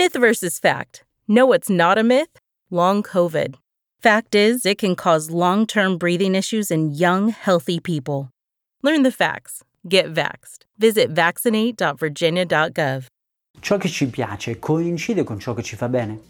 Myth versus fact. Know what's not a myth? Long COVID. Fact is, it can cause long-term breathing issues in young, healthy people. Learn the facts. Get vaxxed. Visit vaccinate.virginia.gov. Ciò che ci piace coincide con ciò che ci fa bene?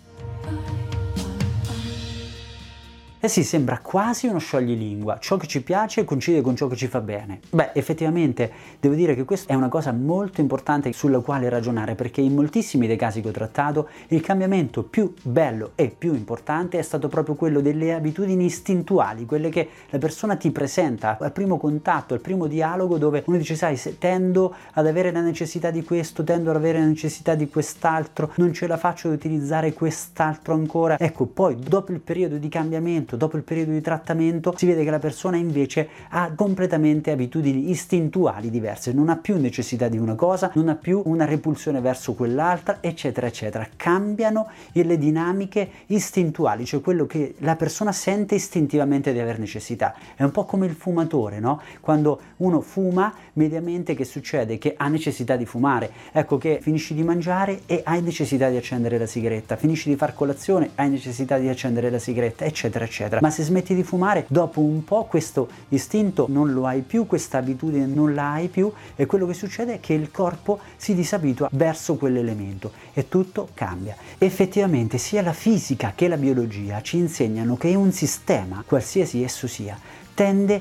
Eh sì, sembra quasi uno scioglilingua. Ciò che ci piace coincide con ciò che ci fa bene. Beh, effettivamente devo dire che questa è una cosa molto importante sulla quale ragionare, perché in moltissimi dei casi che ho trattato il cambiamento più bello e più importante è stato proprio quello delle abitudini istintuali, quelle che la persona ti presenta al primo contatto, al primo dialogo, dove uno dice: sai, tendo ad avere la necessità di questo, tendo ad avere la necessità di quest'altro, non ce la faccio ad utilizzare quest'altro ancora. Ecco, poi dopo il periodo di cambiamento, dopo il periodo di trattamento, si vede che la persona invece ha completamente abitudini istintuali diverse, non ha più necessità di una cosa, non ha più una repulsione verso quell'altra, eccetera eccetera. Cambiano le dinamiche istintuali, cioè quello che la persona sente istintivamente di aver necessità. È un po' come il fumatore, no? Quando uno fuma, mediamente che succede? Che ha necessità di fumare. Ecco che finisci di mangiare e hai necessità di accendere la sigaretta, finisci di far colazione, hai necessità di accendere la sigaretta, eccetera eccetera. Ma se smetti di fumare, dopo un po' questo istinto non lo hai più, questa abitudine non la hai più, e quello che succede è che il corpo si disabitua verso quell'elemento e tutto cambia. Effettivamente sia la fisica che la biologia ci insegnano che un sistema, qualsiasi esso sia, tende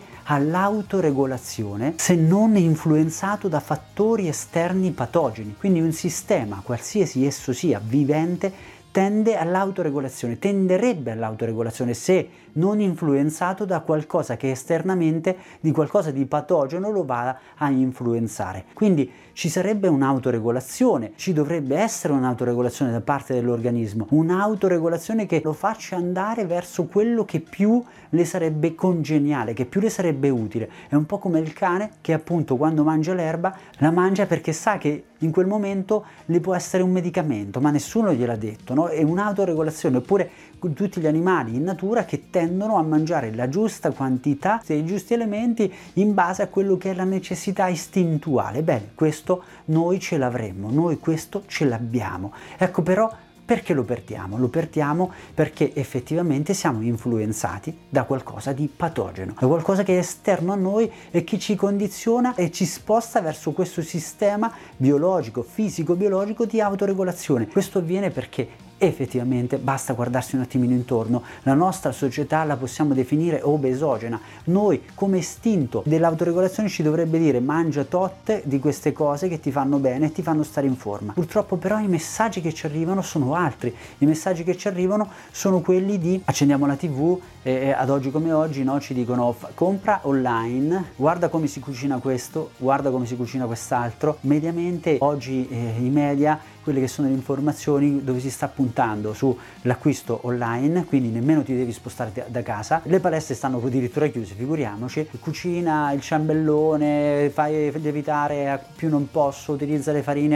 all'autoregolazione se non influenzato da fattori esterni patogeni. Quindi un sistema, qualsiasi esso sia, vivente, tende all'autoregolazione, tenderebbe all'autoregolazione se non influenzato da qualcosa che esternamente, di qualcosa di patogeno, lo va a influenzare. Quindi ci sarebbe un'autoregolazione, ci dovrebbe essere un'autoregolazione da parte dell'organismo, un'autoregolazione che lo faccia andare verso quello che più le sarebbe congeniale, che più le sarebbe utile. È un po' come il cane che appunto quando mangia l'erba la mangia perché sa che in quel momento le può essere un medicamento, ma nessuno gliel'ha detto, no? È un'autoregolazione. Oppure tutti gli animali in natura che tendono a mangiare la giusta quantità dei giusti elementi in base a quello che è la necessità istintuale. Bene, questo noi ce l'avremmo, noi questo ce l'abbiamo. Ecco però, perché lo perdiamo? Lo perdiamo perché effettivamente siamo influenzati da qualcosa di patogeno, da qualcosa che è esterno a noi e che ci condiziona e ci sposta verso questo sistema biologico, fisico-biologico di autoregolazione. Questo avviene perché effettivamente basta guardarsi un attimino intorno. La nostra società la possiamo definire obesogena. Noi come istinto dell'autoregolazione ci dovrebbe dire: mangia tot di queste cose che ti fanno bene e ti fanno stare in forma. Purtroppo però i messaggi che ci arrivano sono altri. I messaggi che ci arrivano sono quelli di: accendiamo la TV e ad oggi come oggi, no, ci dicono: compra online, guarda come si cucina questo, guarda come si cucina quest'altro. Mediamente oggi i media, quelle che sono le informazioni, dove si sta puntando sull'acquisto online, quindi nemmeno ti devi spostare da casa. Le palestre stanno addirittura chiuse, figuriamoci. Cucina, il ciambellone, fai lievitare più non posso, utilizza le farine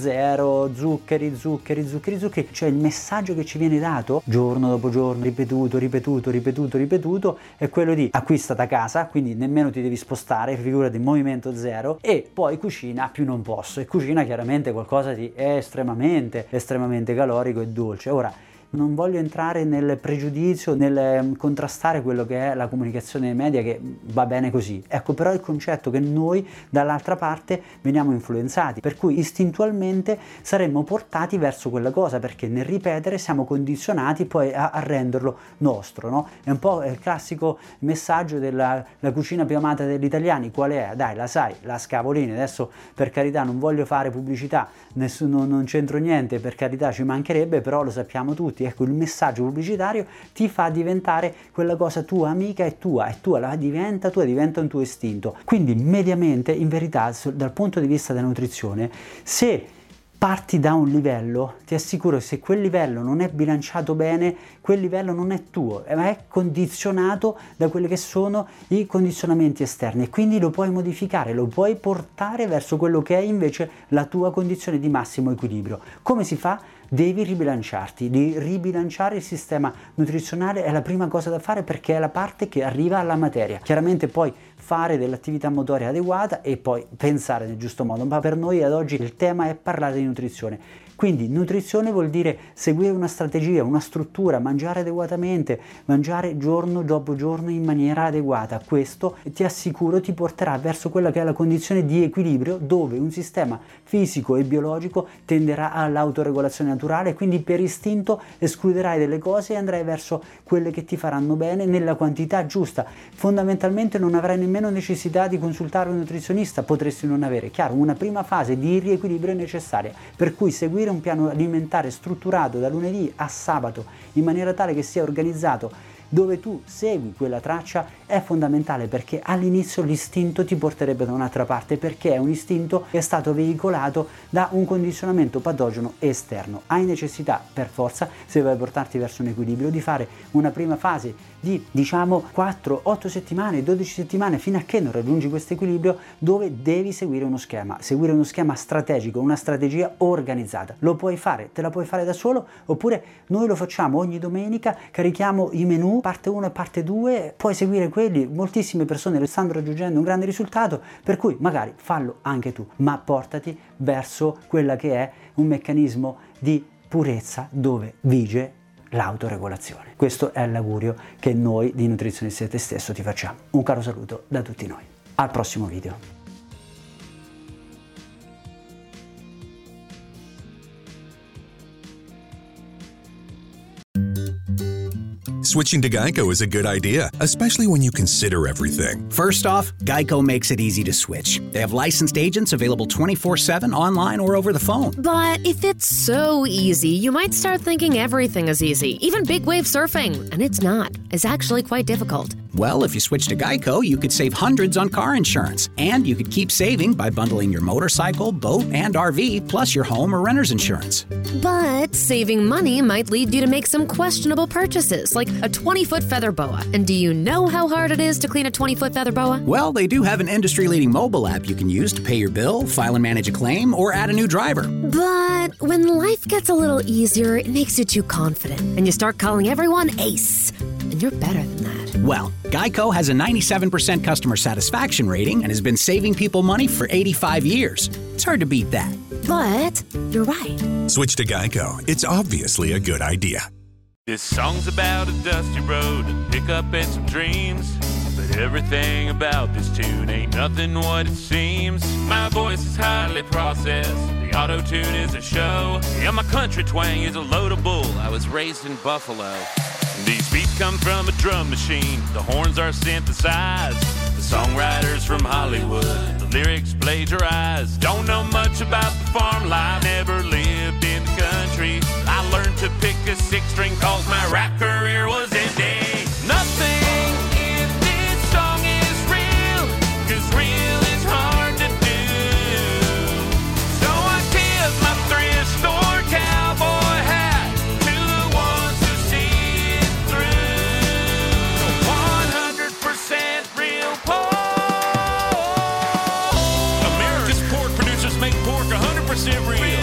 00, zuccheri. Cioè il messaggio che ci viene dato giorno dopo giorno, ripetuto, è quello di: acquista da casa, quindi nemmeno ti devi spostare, figurati, movimento zero, e poi cucina più non posso, e cucina chiaramente qualcosa di estremamente calorico e dolce. Ora, non voglio entrare nel pregiudizio, nel contrastare quello che è la comunicazione media, che va bene così. Ecco, però il concetto che noi dall'altra parte veniamo influenzati, per cui istintualmente saremmo portati verso quella cosa, perché nel ripetere siamo condizionati poi a renderlo nostro, no? È un po' il classico messaggio della la cucina più amata degli italiani. Qual è? Dai, la sai, la scavolini. Adesso, per carità, non voglio fare pubblicità, non c'entro niente, per carità, ci mancherebbe, però lo sappiamo tutti. Ecco, il messaggio pubblicitario ti fa diventare quella cosa tua amica, è tua, la diventa tua, diventa un tuo istinto. Quindi mediamente, in verità, dal punto di vista della nutrizione, se parti da un livello, ti assicuro che se quel livello non è bilanciato bene, quel livello non è tuo, ma è condizionato da quelli che sono i condizionamenti esterni, e quindi lo puoi modificare, lo puoi portare verso quello che è invece la tua condizione di massimo equilibrio. Come si fa? Devi ribilanciarti, di ribilanciare il sistema nutrizionale è la prima cosa da fare, perché è la parte che arriva alla materia. Chiaramente poi fare dell'attività motoria adeguata e poi pensare nel giusto modo, ma per noi ad oggi il tema è parlare di nutrizione. Quindi nutrizione vuol dire seguire una strategia, una struttura, mangiare adeguatamente, mangiare giorno dopo giorno in maniera adeguata. Questo, ti assicuro, ti porterà verso quella che è la condizione di equilibrio, dove un sistema fisico e biologico tenderà all'autoregolazione naturale, quindi per istinto escluderai delle cose e andrai verso quelle che ti faranno bene nella quantità giusta. Fondamentalmente non avrai nemmeno necessità di consultare un nutrizionista, potresti non avere. Chiaro, una prima fase di riequilibrio è necessaria, per cui seguire un piano alimentare strutturato da lunedì a sabato in maniera tale che sia organizzato, dove tu segui quella traccia, è fondamentale, perché all'inizio l'istinto ti porterebbe da un'altra parte, perché è un istinto che è stato veicolato da un condizionamento patogeno esterno. Hai necessità per forza, se vuoi portarti verso un equilibrio, di fare una prima fase di 4, 8 settimane, 12 settimane, fino a che non raggiungi questo equilibrio, dove devi seguire uno schema strategico, una strategia organizzata. Lo puoi fare, te la puoi fare da solo, oppure noi lo facciamo ogni domenica, carichiamo i menu, parte 1 e parte 2, puoi seguire quelli. Moltissime persone stanno raggiungendo un grande risultato, per cui magari fallo anche tu, ma portati verso quella che è un meccanismo di purezza dove vige l'autoregolazione. Questo è l'augurio che noi di Nutrizionisti e te stesso ti facciamo. Un caro saluto da tutti noi. Al prossimo video. Switching to Geico is a good idea, especially when you consider everything. First off, Geico makes it easy to switch. They have licensed agents available 24/7 online or over the phone. But if it's so easy, you might start thinking everything is easy, even big wave surfing. And it's not. It's actually quite difficult. Well, if you switch to Geico, you could save hundreds on car insurance. And you could keep saving by bundling your motorcycle, boat, and RV, plus your home or renter's insurance. But saving money might lead you to make some questionable purchases, like a 20-foot feather boa. And do you know how hard it is to clean a 20-foot feather boa? Well, they do have an industry-leading mobile app you can use to pay your bill, file and manage a claim, or add a new driver. But when life gets a little easier, it makes you too confident, and you start calling everyone Ace. And you're better than that. Well, Geico has a 97% customer satisfaction rating and has been saving people money for 85 years. It's hard to beat that. But you're right. Switch to Geico. It's obviously a good idea. This song's about a dusty road, a pickup and some dreams. But everything about this tune ain't nothing what it seems. My voice is highly processed, the auto-tune is a show. Yeah, my country twang is a load of bull, I was raised in Buffalo. These beats come from a drum machine, the horns are synthesized. The songwriters from Hollywood, the lyrics plagiarized. Don't know much about the farm life, never lived in the country. I learned to pick a six-string cause my rap career was ending. Nothing if this song is real, cause real is hard to do. So I tip my thrift store cowboy hat to the ones who see it through. 100% real pork. America's pork producers make pork 100% real.